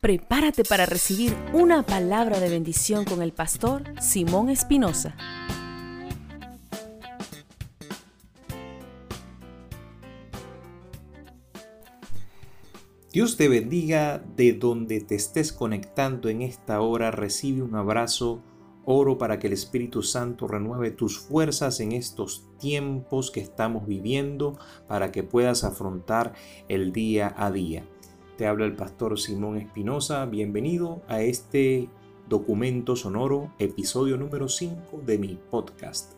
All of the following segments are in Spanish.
Prepárate para recibir una palabra de bendición con el pastor Simón Espinosa. Dios te bendiga de donde te estés conectando en esta hora. Recibe un abrazo. Oro para que el Espíritu Santo renueve tus fuerzas en estos tiempos que estamos viviendo para que puedas afrontar el día a día. Te habla el pastor Simón Espinosa. Bienvenido a este documento sonoro, episodio número 5 de mi podcast.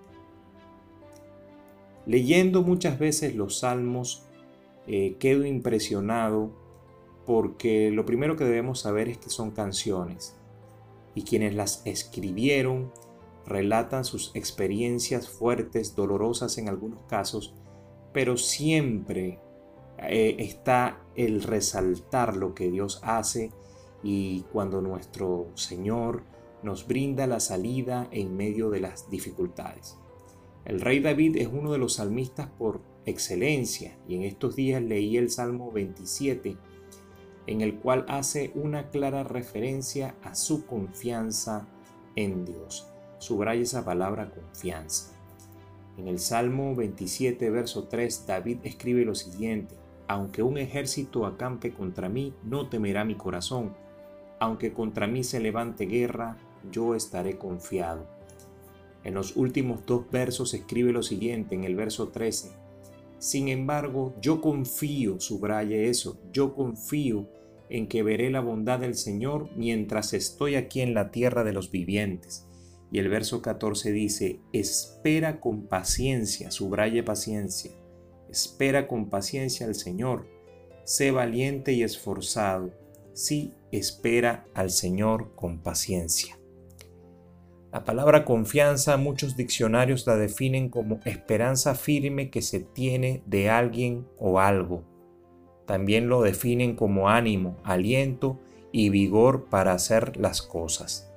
Leyendo muchas veces los salmos, quedo impresionado porque lo primero que debemos saber es que son canciones y quienes las escribieron relatan sus experiencias fuertes, dolorosas en algunos casos, pero siempre está el resaltar lo que Dios hace y cuando nuestro Señor nos brinda la salida en medio de las dificultades. El rey David es uno de los salmistas por excelencia y en estos días leí el Salmo 27 en el cual hace una clara referencia a su confianza en Dios. Subraya esa palabra confianza. En el Salmo 27 verso 3 David escribe lo siguiente: aunque un ejército acampe contra mí, no temerá mi corazón. Aunque contra mí se levante guerra, yo estaré confiado. En los últimos dos versos escribe lo siguiente, en el verso 13. Sin embargo, yo confío, subraye eso, yo confío en que veré la bondad del Señor mientras estoy aquí en la tierra de los vivientes. Y el verso 14 dice, espera con paciencia, subraye paciencia. Espera con paciencia al Señor, sé valiente y esforzado. Sí, espera al Señor con paciencia. La palabra confianza, muchos diccionarios la definen como esperanza firme que se tiene de alguien o algo. También lo definen como ánimo, aliento y vigor para hacer las cosas.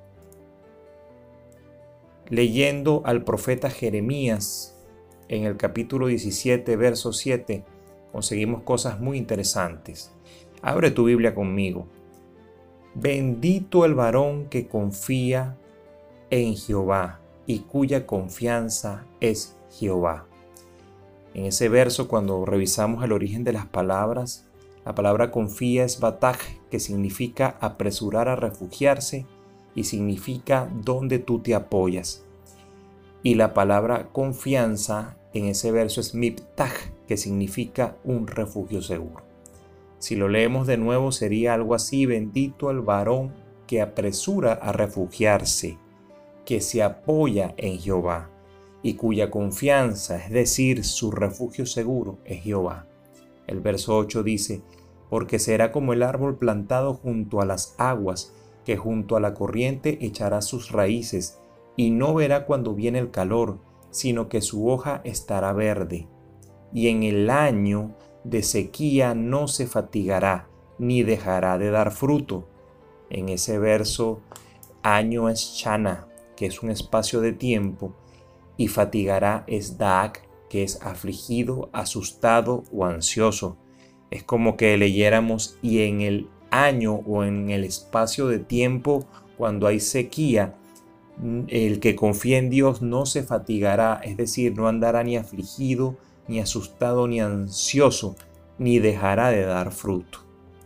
Leyendo al profeta Jeremías, en el capítulo 17, verso 7, conseguimos cosas muy interesantes. Abre tu Biblia conmigo. Bendito el varón que confía en Jehová y cuya confianza es Jehová. En ese verso, cuando revisamos el origen de las palabras, la palabra confía es bataj, que significa apresurar a refugiarse y significa donde tú te apoyas. Y la palabra confianza en ese verso es miptaj, que significa un refugio seguro. Si lo leemos de nuevo sería algo así: bendito el varón que apresura a refugiarse, que se apoya en Jehová y cuya confianza, es decir, su refugio seguro, es Jehová. El verso 8 dice, porque será como el árbol plantado junto a las aguas, que junto a la corriente echará sus raíces, y no verá cuando viene el calor, sino que su hoja estará verde. Y en el año de sequía no se fatigará, ni dejará de dar fruto. En ese verso, año es shana, que es un espacio de tiempo, y fatigará es daak, que es afligido, asustado o ansioso. Es como que leyéramos, y en el año o en el espacio de tiempo cuando hay sequía, el que confía en Dios no se fatigará, es decir, no andará ni afligido, ni asustado, ni ansioso, ni dejará de dar fruto.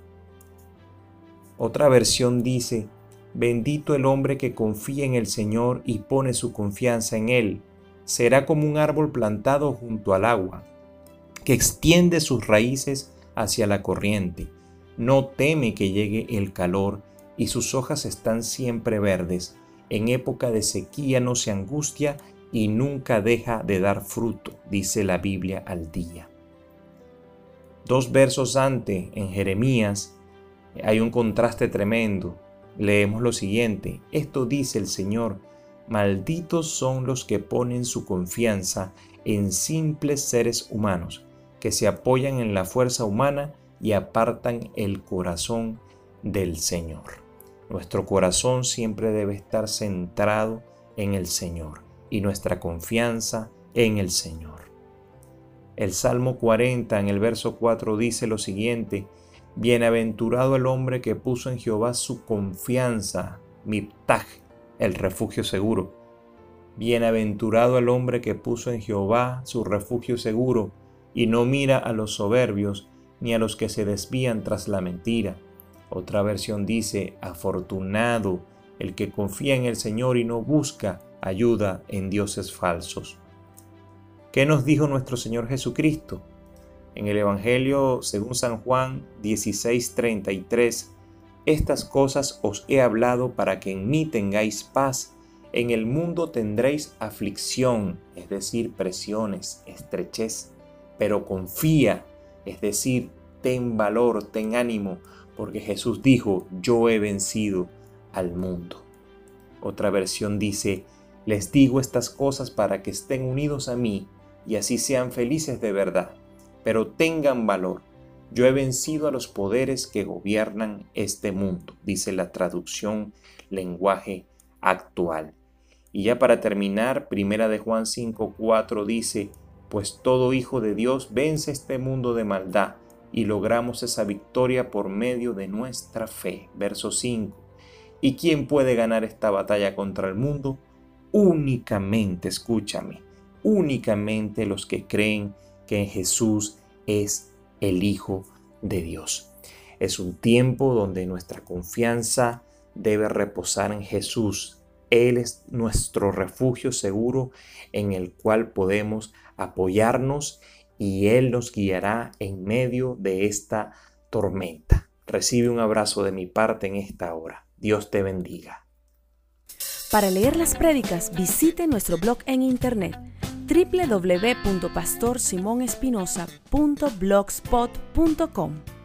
Otra versión dice, bendito el hombre que confía en el Señor y pone su confianza en Él. Será como un árbol plantado junto al agua, que extiende sus raíces hacia la corriente. No teme que llegue el calor y sus hojas están siempre verdes. En época de sequía no se angustia y nunca deja de dar fruto, dice la Biblia al día. Dos versos antes, en Jeremías, hay un contraste tremendo. Leemos lo siguiente: esto dice el Señor, malditos son los que ponen su confianza en simples seres humanos, que se apoyan en la fuerza humana y apartan el corazón del Señor. Nuestro corazón siempre debe estar centrado en el Señor y nuestra confianza en el Señor. El Salmo 40 en el verso 4 dice lo siguiente: Bienaventurado el hombre que puso en Jehová su confianza, Miptaj, el refugio seguro. Bienaventurado el hombre que puso en Jehová su refugio seguro, y no mira a los soberbios, ni a los que se desvían tras la mentira. Otra versión dice, afortunado el que confía en el Señor y no busca ayuda en dioses falsos. ¿Qué nos dijo nuestro Señor Jesucristo? En el Evangelio según San Juan 16:33, estas cosas os he hablado para que en mí tengáis paz. En el mundo tendréis aflicción, es decir, presiones, estrechez, pero confía, es decir, ten valor, ten ánimo, porque Jesús dijo, yo he vencido al mundo. Otra versión dice, les digo estas cosas para que estén unidos a mí y así sean felices de verdad, pero tengan valor. Yo he vencido a los poderes que gobiernan este mundo, dice la traducción lenguaje actual. Y ya para terminar, 1 de Juan 5:4 dice, pues todo hijo de Dios vence este mundo de maldad y logramos esa victoria por medio de nuestra fe. Verso 5. ¿Y quién puede ganar esta batalla contra el mundo? Únicamente, escúchame, únicamente los que creen que en Jesús es el Hijo de Dios. Es un tiempo donde nuestra confianza debe reposar en Jesús. Él es nuestro refugio seguro en el cual podemos apoyarnos y Él nos guiará en medio de esta tormenta. Recibe un abrazo de mi parte en esta hora. Dios te bendiga. Para leer las prédicas, visite nuestro blog en internet www.pastorsimonespinosa.blogspot.com.